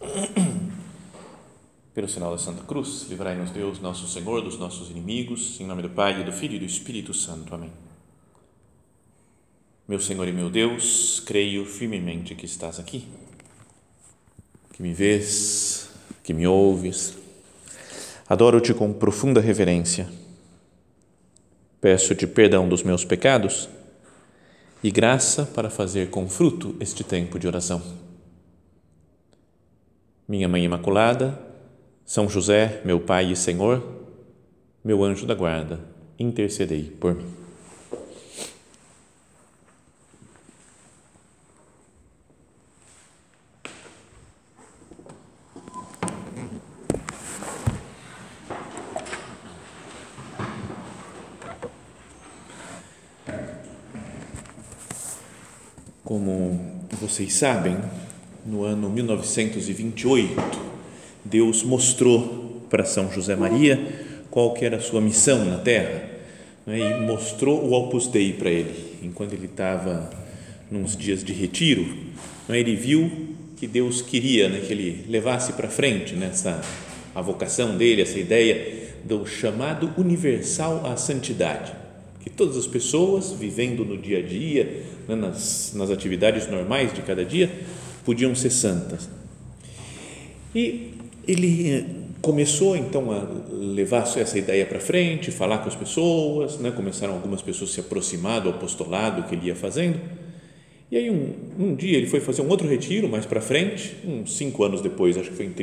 Pelo sinal da Santa Cruz, livrai-nos Deus, nosso Senhor, dos nossos inimigos, em nome do Pai, do Filho e do Espírito Santo. Amém. Meu Senhor e meu Deus, creio firmemente que estás aqui, que me vês, que me ouves. Adoro-te com profunda reverência. Peço-te perdão dos meus pecados e graça para fazer com fruto este tempo de oração. Minha Mãe Imaculada, São José, meu Pai e Senhor, meu anjo da guarda, intercedei por mim. Como vocês sabem, no ano 1928, Deus mostrou para São José Maria qual que era a sua missão na Terra, né? E mostrou o Opus Dei para ele. Enquanto ele estava nos dias de retiro, né? Ele viu que Deus queria, né? Que ele levasse para frente, né? A vocação dele, essa ideia do chamado universal à santidade, que todas as pessoas vivendo no dia a dia, né? nas atividades normais de cada dia, podiam ser santas. E ele começou então a levar essa ideia para frente, falar com as pessoas, né? Começaram algumas pessoas a se aproximar do apostolado que ele ia fazendo. E aí um dia ele foi fazer um outro retiro mais para frente, uns 5 anos depois, acho que foi em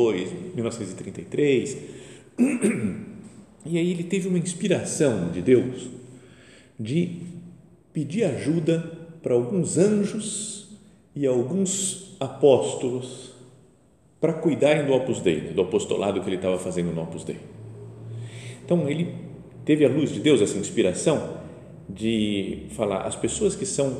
1933. E aí ele teve uma inspiração de Deus de pedir ajuda para alguns anjos e alguns apóstolos para cuidarem do Opus Dei, do apostolado que ele estava fazendo no Opus Dei. Então, ele teve a luz de Deus, essa inspiração de falar, as pessoas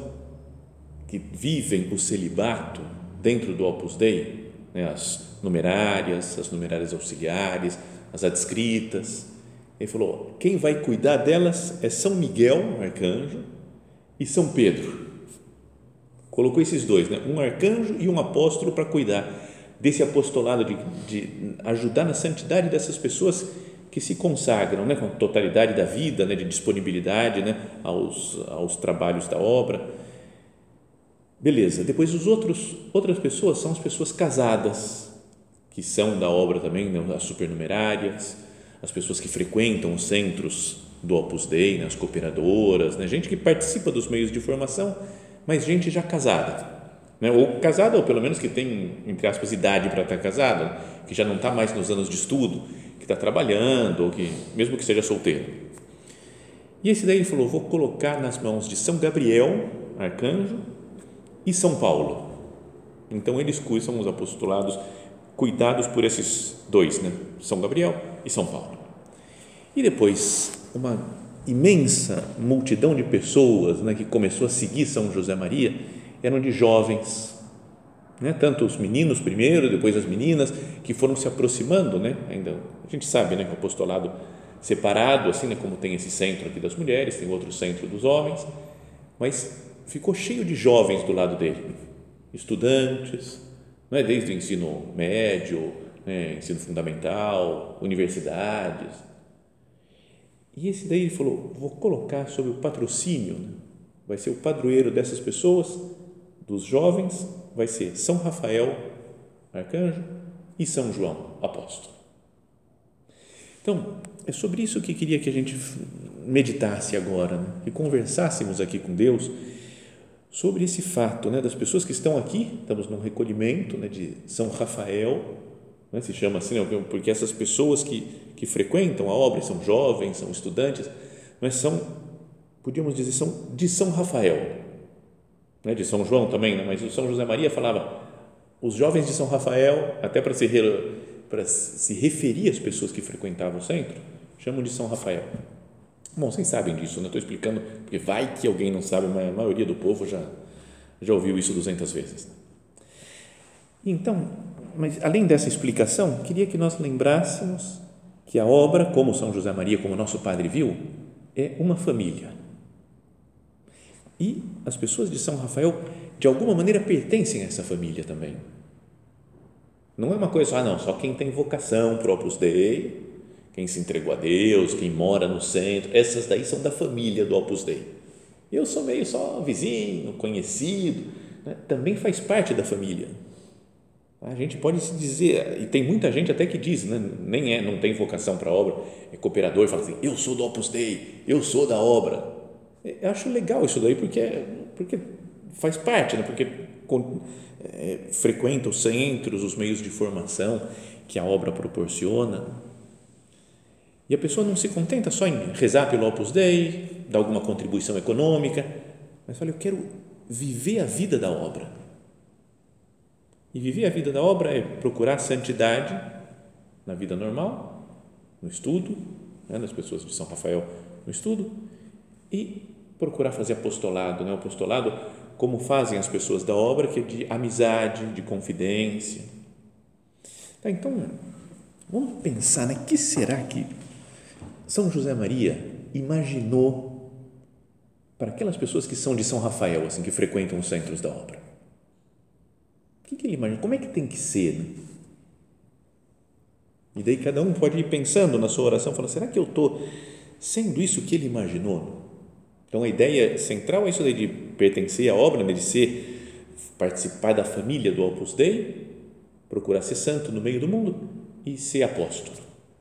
que vivem o celibato dentro do Opus Dei, né, as numerárias auxiliares, as adscritas, ele falou, quem vai cuidar delas é São Miguel, arcanjo, e São Pedro. Colocou esses dois, né, um arcanjo e um apóstolo para cuidar desse apostolado de ajudar na santidade dessas pessoas que se consagram, né, com a totalidade da vida, né, de disponibilidade, né, aos trabalhos da obra. Beleza, depois outras pessoas são as pessoas casadas, que são da obra também, né, as supernumerárias, as pessoas que frequentam os centros do Opus Dei, né, as cooperadoras, né, gente que participa dos meios de formação, mas gente já casada, né? Ou casada, ou pelo menos que tem, entre aspas, idade para estar casada, que já não está mais nos anos de estudo, que está trabalhando, ou que, mesmo que seja solteiro. E esse daí ele falou, vou colocar nas mãos de São Gabriel, arcanjo, e São Paulo. Então, eles são os apostolados cuidados por esses dois, né? São Gabriel e São Paulo. E depois, uma imensa multidão de pessoas, né, que começou a seguir São José Maria, eram de jovens, né? Tanto os meninos primeiro, depois as meninas, que foram se aproximando, né? Ainda a gente sabe, né, que o apostolado separado, assim, né, como tem esse centro aqui das mulheres, tem outro centro dos homens, mas ficou cheio de jovens do lado dele, estudantes, né, desde o ensino médio, né, ensino fundamental, universidades. E esse daí ele falou, vou colocar sob o patrocínio, né? Vai ser o padroeiro dessas pessoas, dos jovens, vai ser São Rafael, arcanjo, e São João, apóstolo. Então, é sobre isso que queria que a gente meditasse agora, né? Que conversássemos aqui com Deus sobre esse fato, né, das pessoas que estão aqui, estamos num recolhimento, né, de São Rafael, né, se chama assim, né, porque essas pessoas que frequentam a obra, são jovens, são estudantes, mas podíamos dizer, são de São Rafael, né, de São João também, né, mas o São José Maria falava, os jovens de São Rafael, até para se referir às pessoas que frequentavam o centro, chamam de São Rafael. Bom, vocês sabem disso, né? Estou explicando, porque vai que alguém não sabe, mas a maioria do povo já ouviu isso 200 vezes. Então, mas além dessa explicação, queria que nós lembrássemos que a obra, como São José Maria, como nosso padre viu, é uma família. E as pessoas de São Rafael, de alguma maneira, pertencem a essa família também. Não é uma coisa só, não, só quem tem vocação para o Opus Dei, quem se entregou a Deus, quem mora no centro, essas daí são da família do Opus Dei. Eu sou meio só vizinho, conhecido, né? Também faz parte da família. A gente pode se dizer, e tem muita gente até que diz, né? Não tem vocação para a obra, é cooperador, fala assim, eu sou do Opus Dei, eu sou da obra. Eu acho legal isso daí, porque faz parte, né? Porque frequenta os centros, os meios de formação que a obra proporciona. E a pessoa não se contenta só em rezar pelo Opus Dei, dar alguma contribuição econômica, mas fala, eu quero viver a vida da obra. E viver a vida da obra é procurar santidade na vida normal, no estudo, né, das pessoas de São Rafael no estudo, e procurar fazer apostolado, né, o apostolado como fazem as pessoas da obra, que é de amizade, de confidência. Tá, então, vamos pensar, né, que será que São José Maria imaginou para aquelas pessoas que são de São Rafael, assim, que frequentam os centros da obra? O que ele imagina? Como é que tem que ser? Né? E daí cada um pode ir pensando na sua oração, falando, será que eu estou sendo isso que ele imaginou? Então a ideia central é isso daí de pertencer à obra, né? De participar da família do Opus Dei, procurar ser santo no meio do mundo e ser apóstolo.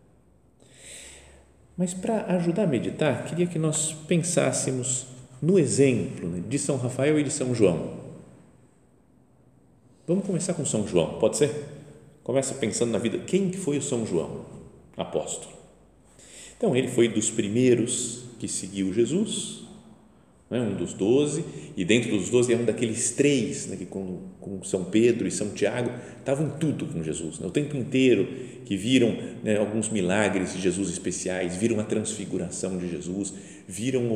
Mas para ajudar a meditar, queria que nós pensássemos no exemplo, né, de São Rafael e de São João. Vamos começar com São João, pode ser? Começa pensando na vida, quem foi o São João? Apóstolo. Então, ele foi dos primeiros que seguiu Jesus, né, um dos 12, e dentro dos 12 é um daqueles 3, né, que com São Pedro e São Tiago estavam tudo com Jesus, né, o tempo inteiro, que viram, né, alguns milagres de Jesus especiais, viram a transfiguração de Jesus, viram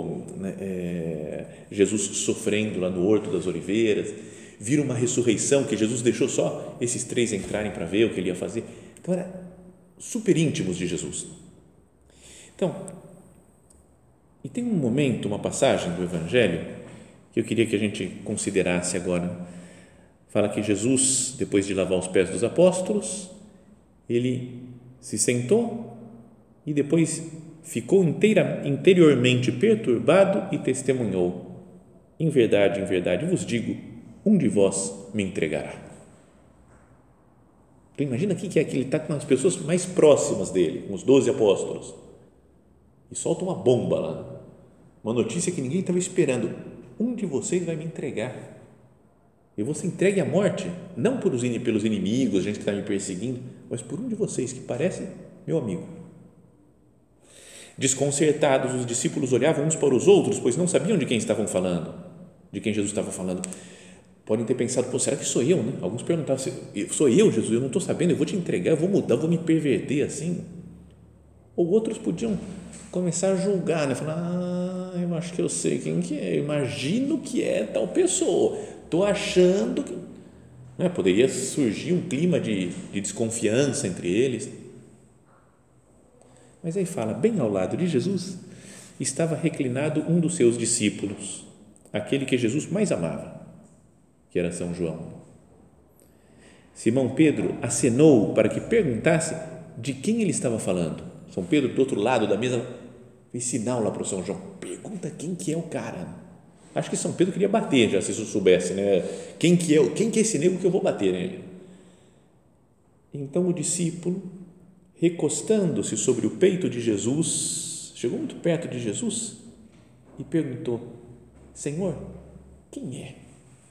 Jesus sofrendo lá no Horto das Oliveiras, viram uma ressurreição que Jesus deixou só esses 3 entrarem para ver o que ele ia fazer. Então, eram super íntimos de Jesus. Então, e tem um momento, uma passagem do Evangelho que eu queria que a gente considerasse agora. Fala que Jesus, depois de lavar os pés dos apóstolos, ele se sentou e depois ficou interiormente perturbado e testemunhou: em verdade vos digo, um de vós me entregará. Então imagina que é que ele está com as pessoas mais próximas dele, com os 12 apóstolos, e solta uma bomba lá, uma notícia que ninguém estava esperando: um de vocês vai me entregar, eu vou ser entregue à morte, não pelos inimigos, gente que está me perseguindo, mas por um de vocês que parece meu amigo. Desconcertados, os discípulos olhavam uns para os outros, pois não sabiam de quem estavam falando, de quem Jesus estava falando. Podem ter pensado, será que sou eu? Né? Alguns perguntavam, sou eu, Jesus? Eu não estou sabendo, eu vou te entregar, eu vou mudar, eu vou me perverter assim. Ou outros podiam começar a julgar, né? Falar, eu acho que eu sei quem que é, eu imagino que é tal pessoa, estou achando que… Né? Poderia surgir um clima de desconfiança entre eles. Mas aí fala, bem ao lado de Jesus estava reclinado um dos seus discípulos, aquele que Jesus mais amava, que era São João. Simão Pedro acenou para que perguntasse de quem ele estava falando. São Pedro, do outro lado da mesa, fez sinal lá para o São João, pergunta quem que é o cara. Acho que São Pedro queria bater, já se isso soubesse, né? Quem que é esse nego que eu vou bater nele? Então o discípulo, recostando-se sobre o peito de Jesus, chegou muito perto de Jesus e perguntou: Senhor, quem é?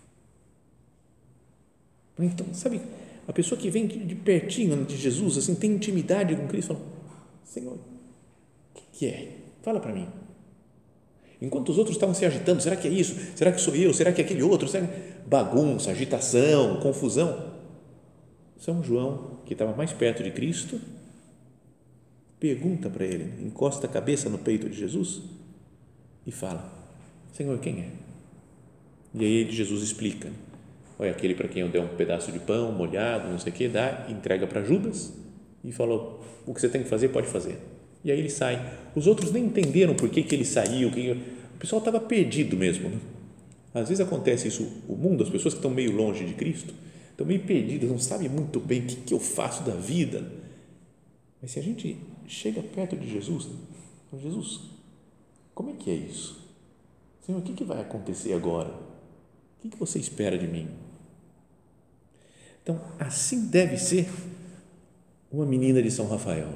Então, sabe, a pessoa que vem de pertinho de Jesus, assim, tem intimidade com Cristo, fala: Senhor, o que é? Fala para mim. Enquanto os outros estavam se agitando, será que é isso? Será que sou eu? Será que é aquele outro? Será que… Bagunça, agitação, confusão. São João, que estava mais perto de Cristo, pergunta para ele, encosta a cabeça no peito de Jesus e fala: Senhor, quem é? E aí Jesus explica: olha, aquele para quem eu dei um pedaço de pão molhado, não sei o que, dá, entrega para Judas e falou: o que você tem que fazer, pode fazer. E aí ele sai. Os outros nem entenderam por que ele saiu, o pessoal estava perdido mesmo, né? Às vezes acontece isso, o mundo, as pessoas que estão meio longe de Cristo, estão meio perdidas, não sabem muito bem o que eu faço da vida. Mas se a gente chega perto de Jesus, Jesus, como é que é isso? Senhor, o que vai acontecer agora? O que você espera de mim? Então, assim deve ser uma menina de São Rafael,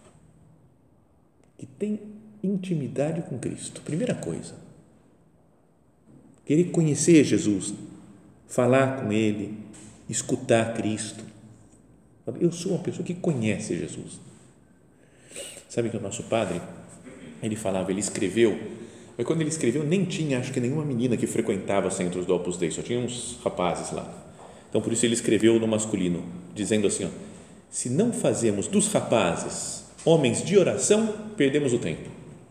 que tem intimidade com Cristo. Primeira coisa, querer conhecer Jesus, falar com Ele, escutar Cristo. Eu sou uma pessoa que conhece Jesus. Sabe que o nosso padre, ele falava, ele escreveu, mas quando ele escreveu nem tinha, acho que nenhuma menina que frequentava centros do Opus Dei, só tinha uns rapazes lá. Então, por isso ele escreveu no masculino, dizendo assim, se não fazemos dos rapazes homens de oração, perdemos o tempo.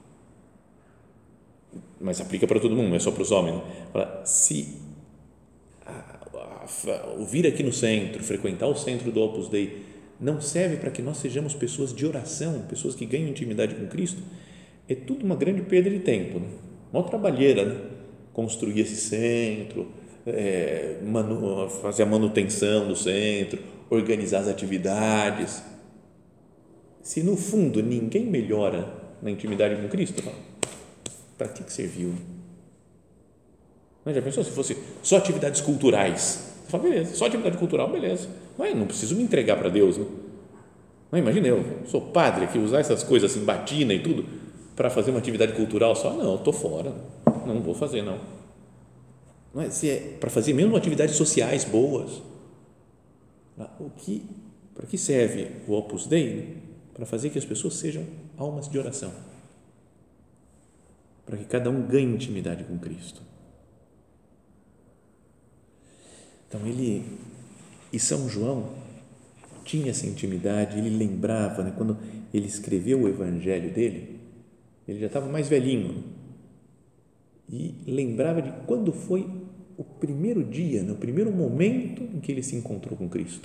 Mas aplica para todo mundo, não é só para os homens. Fala, se vir aqui no centro, frequentar o centro do Opus Dei, não serve para que nós sejamos pessoas de oração, pessoas que ganham intimidade com Cristo, é tudo uma grande perda de tempo, né? Uma trabalheira, né? Construir esse centro, fazer a manutenção do centro, organizar as atividades. Se no fundo ninguém melhora na intimidade com Cristo, para que serviu? Já pensou se fosse só atividades culturais? Você fala, beleza, só atividade cultural, beleza. Mas não preciso me entregar para Deus. Não, imagina, eu sou padre aqui, usar essas coisas assim, batina e tudo, para fazer uma atividade cultural só? Não, estou fora, não vou fazer, não. Não é, se é para fazer mesmo atividades sociais boas. Para que serve o Opus Dei? Para fazer que as pessoas sejam almas de oração. Para que cada um ganhe intimidade com Cristo. Então, e São João tinha essa intimidade, ele lembrava, né, quando ele escreveu o evangelho dele, ele já estava mais velhinho, e lembrava de quando foi o primeiro dia, no primeiro momento em que ele se encontrou com Cristo.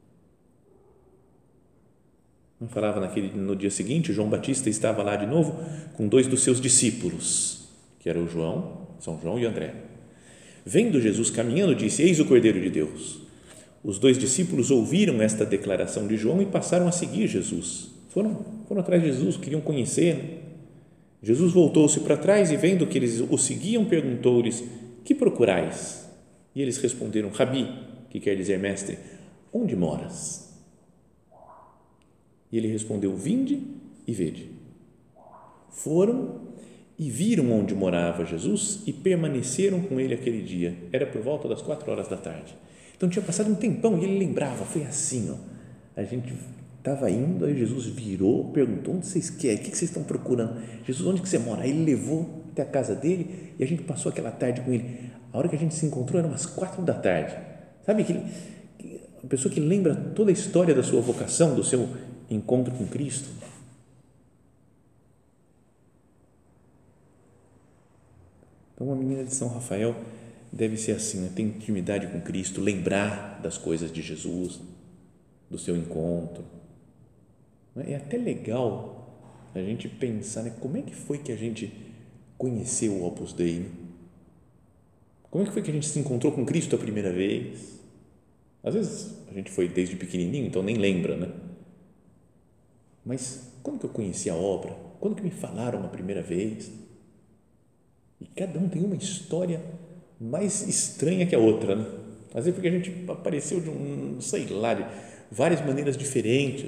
Não falava no dia seguinte, João Batista estava lá de novo com 2 dos seus discípulos, que eram São João e André. Vendo Jesus caminhando, disse, eis o Cordeiro de Deus. Os 2 discípulos ouviram esta declaração de João e passaram a seguir Jesus. Foram atrás de Jesus, queriam conhecer. Jesus voltou-se para trás e, vendo que eles o seguiam, perguntou-lhes, que procurais? E eles responderam, Rabi, que quer dizer mestre, onde moras? E ele respondeu, vinde e vede. Foram e viram onde morava Jesus e permaneceram com ele aquele dia. Era por volta das 4 da tarde. Então tinha passado um tempão e ele lembrava, foi assim, a gente estava indo, aí Jesus virou, perguntou, onde vocês querem, o que vocês estão procurando? Jesus, onde que você mora? Aí ele levou até a casa dele e a gente passou aquela tarde com ele. A hora que a gente se encontrou era umas 4 da tarde. Sabe, a pessoa que lembra toda a história da sua vocação, do seu encontro com Cristo. Então, uma menina de São Rafael deve ser assim, né? Ter intimidade com Cristo, lembrar das coisas de Jesus, do seu encontro. É até legal a gente pensar, né? Como é que foi que a gente conheceu o Opus Dei? Né? Como é que foi que a gente se encontrou com Cristo a primeira vez? Às vezes a gente foi desde pequenininho, então nem lembra, né? Mas quando que eu conheci a obra? Quando que me falaram a primeira vez? E cada um tem uma história mais estranha que a outra, né? Às vezes porque a gente apareceu de sei lá, de várias maneiras diferentes.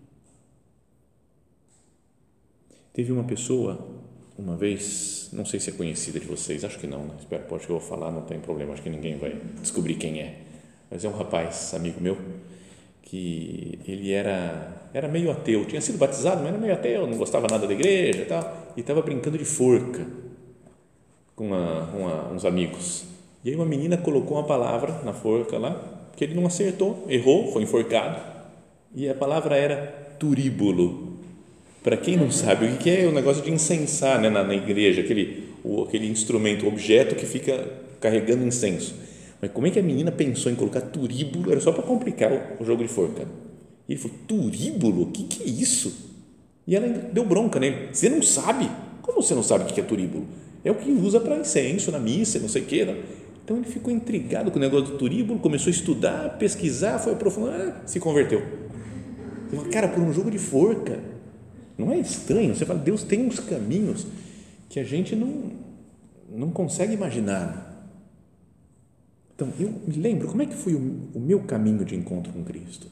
Teve uma pessoa, uma vez, não sei se é conhecida de vocês, acho que não, né? Espero, pode que eu vou falar, não tem problema, acho que ninguém vai descobrir quem é. Mas é um rapaz, amigo meu, que ele era meio ateu, tinha sido batizado, mas era meio ateu, não gostava nada da igreja e tal, e estava brincando de forca com uns amigos. E aí uma menina colocou uma palavra na forca lá, que ele não acertou, errou, foi enforcado, e a palavra era turíbulo. Para quem não sabe o que é o negócio de incensar, né, na igreja, aquele instrumento, objeto que fica carregando incenso. Mas como é que a menina pensou em colocar turíbulo? Era só para complicar o jogo de forca. E ele falou, turíbulo? O que é isso? E ela deu bronca nele. Você não sabe? Como você não sabe o que é turíbulo? É o que usa para incenso, na missa, não sei o quê. Não? Então ele ficou intrigado com o negócio do turíbulo, começou a estudar, pesquisar, foi aprofundar, se converteu. Você fala, cara, por um jogo de forca, não é estranho? Você fala, Deus tem uns caminhos que a gente não consegue imaginar. Então, eu me lembro, como é que foi o meu caminho de encontro com Cristo?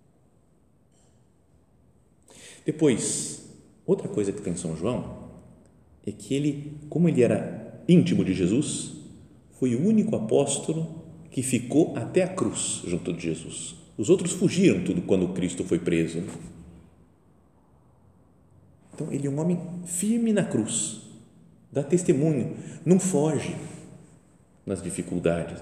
Depois, outra coisa que tem São João é que ele, como ele era íntimo de Jesus, foi o único apóstolo que ficou até a cruz junto de Jesus. Os outros fugiram tudo quando Cristo foi preso. Então, ele é um homem firme na cruz, dá testemunho, não foge nas dificuldades.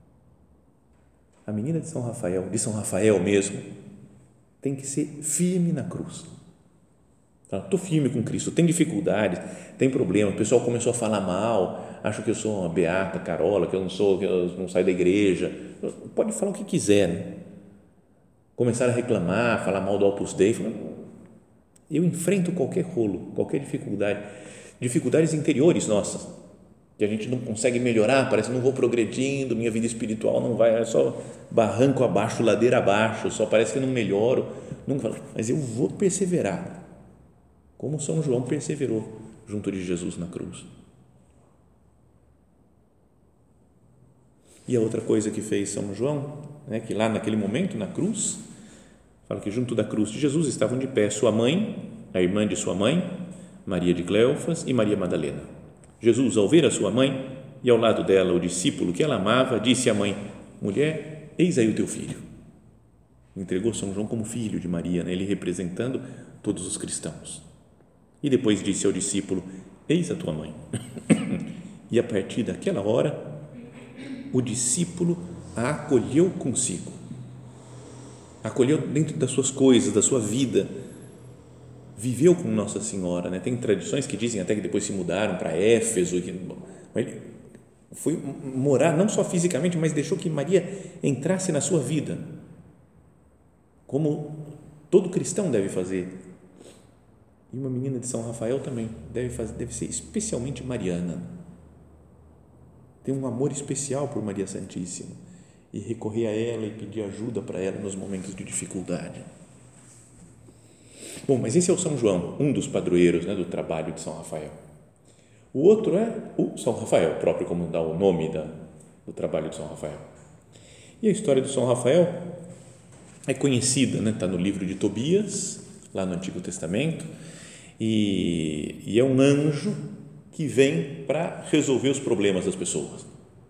A menina de São Rafael mesmo, tem que ser firme na cruz. Estou firme com Cristo, tem dificuldades, tem problema, o pessoal começou a falar mal, acho que eu sou uma beata carola, que eu não saio da igreja, pode falar o que quiser, né? Começaram a reclamar, falar mal do Opus Dei, eu enfrento qualquer rolo, qualquer dificuldade, dificuldades interiores nossas, que a gente não consegue melhorar, parece que não vou progredindo, minha vida espiritual não vai, é só barranco abaixo, ladeira abaixo, só parece que não melhoro, mas eu vou perseverar, como São João perseverou junto de Jesus na cruz. E a outra coisa que fez São João, né, que lá naquele momento, na cruz, fala que junto da cruz de Jesus estavam de pé sua mãe, a irmã de sua mãe, Maria de Cleofas e Maria Madalena. Jesus, ao ver a sua mãe e ao lado dela o discípulo que ela amava, disse à mãe, mulher, eis aí o teu filho. Entregou São João como filho de Maria, né, ele representando todos os cristãos. E depois disse ao discípulo, eis a tua mãe. E a partir daquela hora, o discípulo a acolheu consigo, acolheu dentro das suas coisas, da sua vida, viveu com Nossa Senhora, né? Tem tradições que dizem até que depois se mudaram para Éfeso, ele foi morar não só fisicamente, mas deixou que Maria entrasse na sua vida, como todo cristão deve fazer. E uma menina de São Rafael também deve ser especialmente mariana, ter um amor especial por Maria Santíssima e recorrer a ela e pedir ajuda para ela nos momentos de dificuldade. Bom, mas esse é o São João, um dos padroeiros, né, do trabalho de São Rafael. O outro é o São Rafael, próprio como dá o nome do trabalho de São Rafael. E a história do São Rafael é conhecida, né? Está no livro de Tobias, lá no Antigo Testamento, e é um anjo que vem para resolver os problemas das pessoas.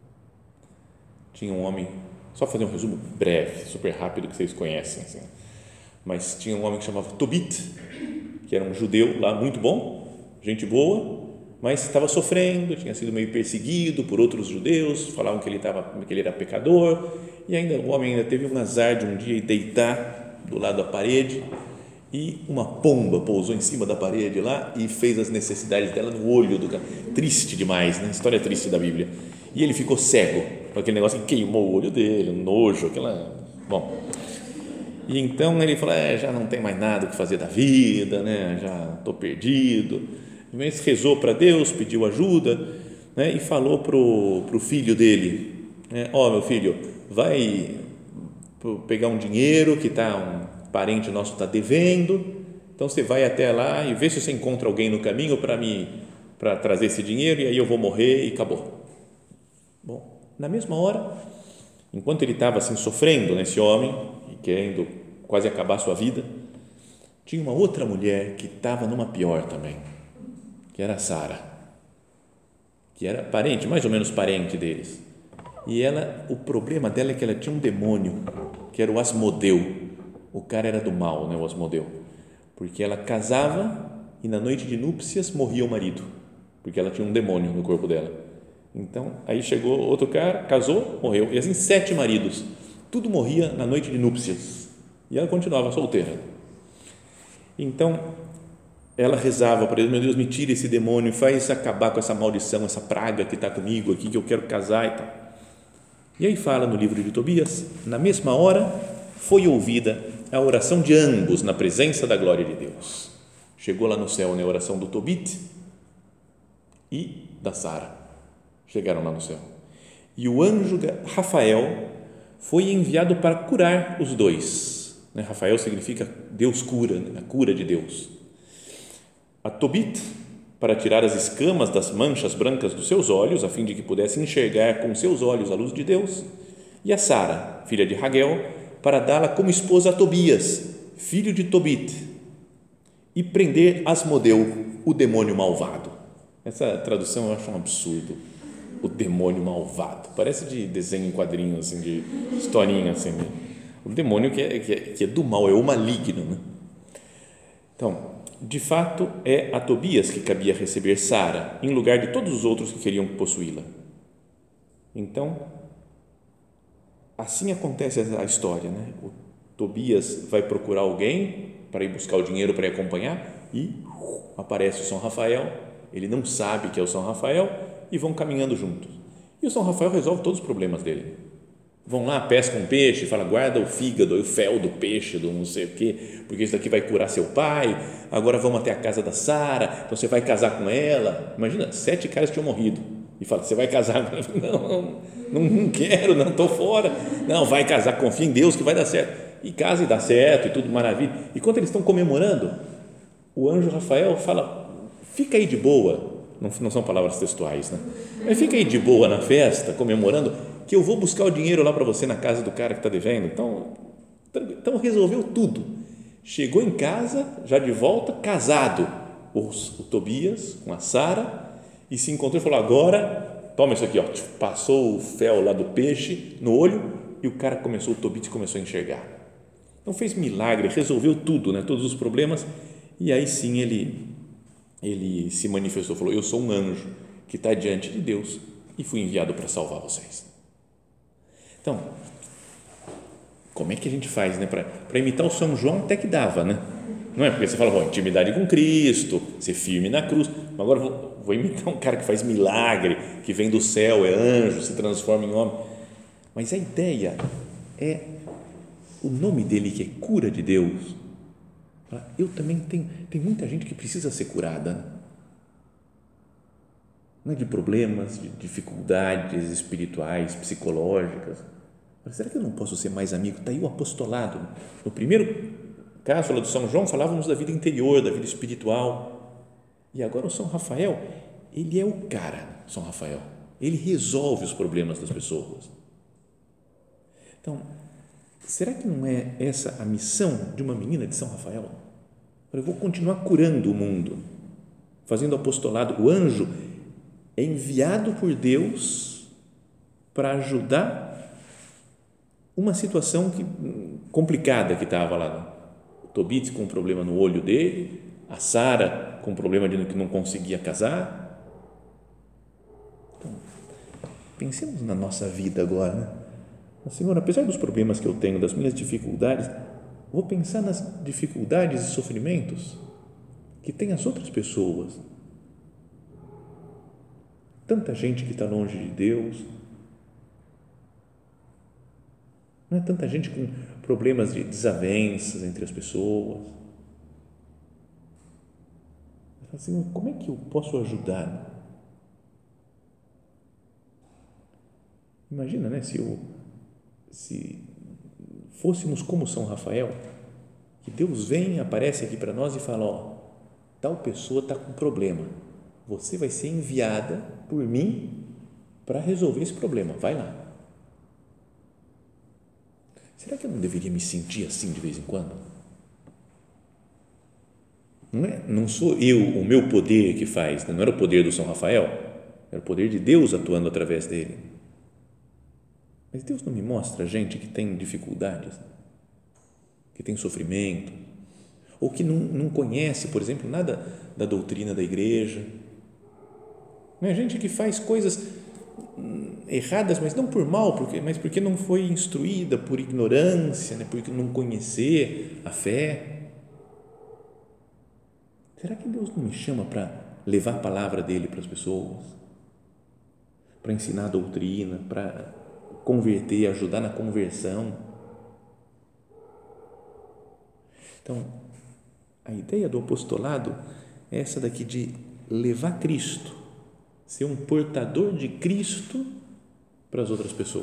Tinha um homem, só fazer um resumo breve, super rápido, que vocês conhecem, assim, mas tinha um homem que chamava Tobit, que era um judeu lá muito bom, gente boa, mas estava sofrendo, tinha sido meio perseguido por outros judeus, falavam que ele era pecador, e ainda o homem ainda teve um azar de um dia deitar do lado da parede e uma pomba pousou em cima da parede lá e fez as necessidades dela no olho do cara. Triste demais, né? História triste da Bíblia. E ele ficou cego, com aquele negócio que queimou o olho dele, um nojo, bom. E então ele falou, já não tem mais nada o que fazer da vida, né? Já estou perdido. Mas rezou para Deus, pediu ajuda, né? E falou pro filho dele, né? Meu filho, vai pegar um dinheiro que um parente nosso está devendo, então você vai até lá e vê se você encontra alguém no caminho para trazer esse dinheiro, e aí eu vou morrer e acabou. Bom, na mesma hora, enquanto ele estava assim sofrendo, né, esse homem, e querendo quase acabar a sua vida, tinha uma outra mulher que estava numa pior também, que era Sara, que era parente, mais ou menos parente deles, e o problema dela é que ela tinha um demônio, que era o Asmodeu. O cara era do mal, né, o Asmodeu, porque ela casava e na noite de núpcias morria o marido, porque ela tinha um demônio no corpo dela. Então, aí chegou outro cara, casou, morreu, e assim 7 maridos, tudo morria na noite de núpcias, e ela continuava solteira. Então, ela rezava para Deus, meu Deus, me tira esse demônio, faz acabar com essa maldição, essa praga que está comigo aqui, que eu quero casar e tal. E aí fala no livro de Tobias, na mesma hora foi ouvida a oração de ambos na presença da glória de Deus. Chegou lá no céu, né, a oração do Tobit e da Sara. Chegaram lá no céu. e o anjo Rafael foi enviado para curar os dois. Rafael significa Deus cura, a cura de Deus. A Tobit, para tirar as escamas das manchas brancas dos seus olhos, a fim de que pudesse enxergar com seus olhos a luz de Deus, e a Sara, filha de Raguel, para dá-la como esposa a Tobias, filho de Tobit, e prender Asmodeu, o demônio malvado. Essa tradução eu acho um absurdo. O demônio malvado. Parece de desenho em quadrinho, assim, de historinha. Assim, né? O demônio que é do mal, é o maligno. Né? Então, de fato, é a Tobias que cabia receber Sara, em lugar de todos os outros que queriam possuí-la. Então, assim acontece a história. Né? O Tobias vai procurar alguém para ir buscar o dinheiro para ir acompanhar e aparece o São Rafael. Ele não sabe que é o São Rafael e vão caminhando juntos. E o São Rafael resolve todos os problemas dele. Vão lá, pescam um peixe, fala, guarda o fígado, o fel do peixe, do não sei o quê, porque isso daqui vai curar seu pai. Agora vamos até a casa da Sara, então você vai casar com ela. Imagina, 7 caras tinham morrido. E fala, você vai casar com ela? Não quero, não, estou fora. Não, vai casar, confia em Deus que vai dar certo. E casa e dá certo, e tudo maravilha. E quando eles estão comemorando, o anjo Rafael fala, fica aí de boa. Não são palavras textuais, né? Mas fica aí de boa na festa, comemorando, que eu vou buscar o dinheiro lá para você na casa do cara que está devendo. Então resolveu tudo. Chegou em casa, já de volta, casado, o Tobias com a Sara, e se encontrou e falou, agora, toma isso aqui, ó. Passou o fel lá do peixe no olho e o cara o Tobias começou a enxergar. Então fez milagre, resolveu tudo, né? Todos os problemas, e aí sim ele se manifestou, falou, eu sou um anjo que está diante de Deus e fui enviado para salvar vocês. Então, como é que a gente faz, né? Para imitar o São João até que dava, né? Não é porque você fala, intimidade com Cristo, ser firme na cruz, mas agora vou imitar um cara que faz milagre, que vem do céu, é anjo, se transforma em homem. Mas a ideia é o nome dele, que é cura de Deus. Eu também tem muita gente que precisa ser curada, não é, de problemas, de dificuldades espirituais, psicológicas. Mas será que eu não posso ser mais amigo? Está aí o apostolado. No primeiro caso lá do São João, falávamos da vida interior, da vida espiritual. E agora o São Rafael, ele é o cara, São Rafael. Ele resolve os problemas das pessoas. Então, será que não é essa a missão de uma menina de São Rafael? Eu vou continuar curando o mundo, fazendo apostolado. O anjo é enviado por Deus para ajudar uma situação complicada que estava lá. O Tobit com um problema no olho dele, a Sara com um problema de que não conseguia casar. Então, pensemos na nossa vida agora, né? Senhor, apesar dos problemas que eu tenho, das minhas dificuldades, vou pensar nas dificuldades e sofrimentos que tem as outras pessoas. Tanta gente que está longe de Deus, não é? Tanta gente com problemas de desavenças entre as pessoas. Senhor, como é que eu posso ajudar? Imagina, né? Se fôssemos como São Rafael, que Deus vem, aparece aqui para nós e fala, tal pessoa está com problema, você vai ser enviada por mim para resolver esse problema, vai lá. Será que eu não deveria me sentir assim de vez em quando? Não sou eu, o meu poder que faz, não era o poder do São Rafael, era o poder de Deus atuando através dele. Mas Deus não me mostra gente que tem dificuldades, que tem sofrimento, ou que não conhece, por exemplo, nada da doutrina da igreja. Não é gente que faz coisas erradas, mas não por mal, mas porque não foi instruída, por ignorância, né? Porque não conhecer a fé. Será que Deus não me chama para levar a palavra dele para as pessoas? Para ensinar a doutrina, para converter, ajudar na conversão? Então, a ideia do apostolado é essa daqui de levar Cristo, ser um portador de Cristo para as outras pessoas.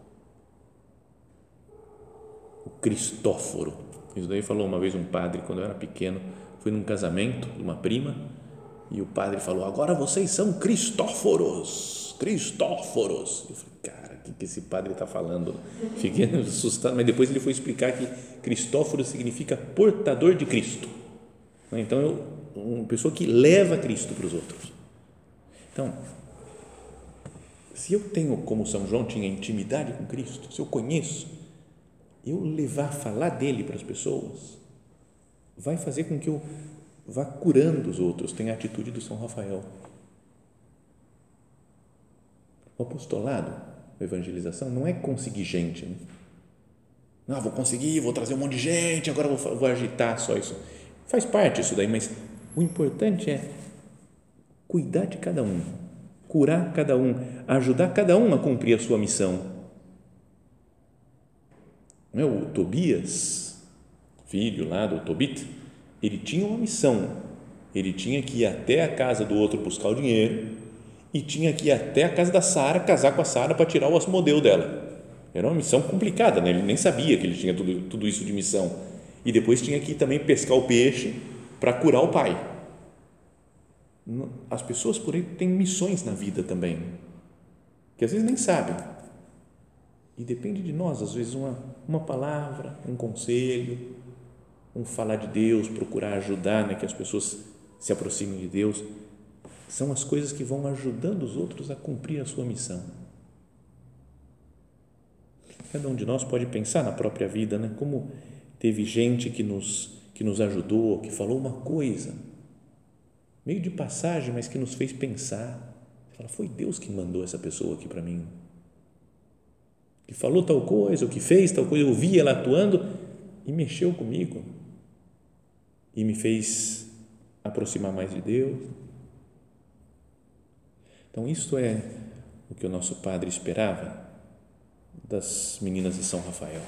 O Cristóforo, isso daí falou uma vez um padre, quando eu era pequeno, fui num casamento de uma prima e o padre falou: agora vocês são Cristóforos. Eu falei: cara, o que esse padre está falando? Fiquei assustado, mas depois ele foi explicar que Cristóforo significa portador de Cristo. Então, uma pessoa que leva Cristo para os outros. Então, se eu tenho, como São João tinha, intimidade com Cristo, se eu conheço, eu levar a falar dele para as pessoas, vai fazer com que eu vá curando os outros. Tem a atitude do São Rafael. O apostolado, a evangelização, não é conseguir gente, né? Não, vou conseguir, vou trazer um monte de gente, agora vou agitar só isso. Faz parte isso daí, mas o importante é cuidar de cada um, curar cada um, ajudar cada um a cumprir a sua missão. Não é? O Tobias, filho lá do Tobit, ele tinha uma missão, ele tinha que ir até a casa do outro buscar o dinheiro e tinha que ir até a casa da Sara, casar com a Sara para tirar o Asmodeu dela. Era uma missão complicada, né? Ele nem sabia que ele tinha tudo isso de missão. E depois tinha que ir também pescar o peixe para curar o pai. As pessoas por aí têm missões na vida também, que às vezes nem sabem. E depende de nós, às vezes uma palavra, um conselho, um falar de Deus, procurar ajudar, né, que as pessoas se aproximem de Deus, são as coisas que vão ajudando os outros a cumprir a sua missão. Cada um de nós pode pensar na própria vida, né, como teve gente que nos ajudou, que falou uma coisa, meio de passagem, mas que nos fez pensar. Você fala: foi Deus que mandou essa pessoa aqui para mim, que falou tal coisa, ou que fez tal coisa, eu vi ela atuando e mexeu comigo e me fez aproximar mais de Deus. Então, isso é o que o nosso padre esperava das meninas de São Rafael,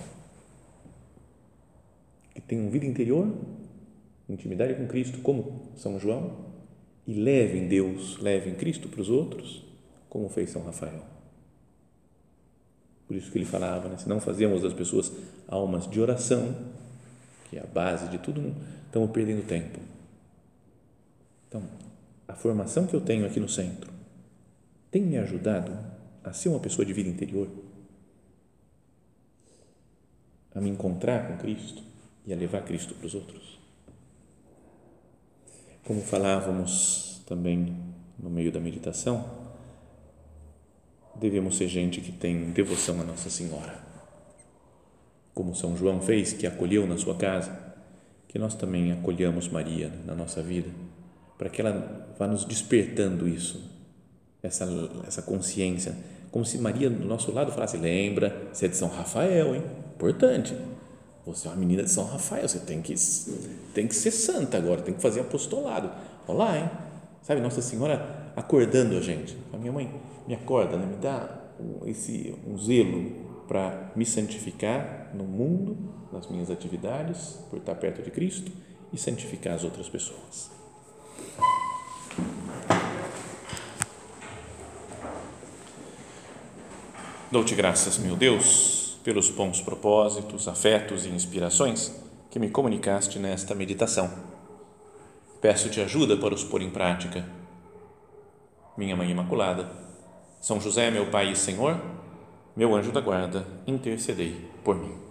que tenham vida interior, intimidade com Cristo, como São João, e levem Deus, levem Cristo para os outros, como fez São Rafael. Por isso que ele falava, né? Se não fazemos das pessoas almas de oração, que é a base de tudo, estamos perdendo tempo. Então, a formação que eu tenho aqui no centro tem me ajudado a ser uma pessoa de vida interior, a me encontrar com Cristo e a levar Cristo para os outros. Como falávamos também no meio da meditação, devemos ser gente que tem devoção à Nossa Senhora, como São João fez, que acolheu na sua casa, que nós também acolhamos Maria na nossa vida, para que ela vá nos despertando isso, essa consciência, como se Maria do nosso lado falasse: lembra, você é de São Rafael, hein? Importante, você é uma menina de São Rafael, você tem que ser santa agora, tem que fazer apostolado. Olha lá, hein? Sabe, Nossa Senhora acordando a gente. A minha mãe me acorda, né? Me dá um zelo para me santificar no mundo, nas minhas atividades, por estar perto de Cristo e santificar as outras pessoas. Dou-te graças, meu Deus, pelos bons propósitos, afetos e inspirações que me comunicaste nesta meditação. Peço-te ajuda para os pôr em prática. Minha Mãe Imaculada, São José, meu Pai e Senhor, meu anjo da guarda, intercedei por mim.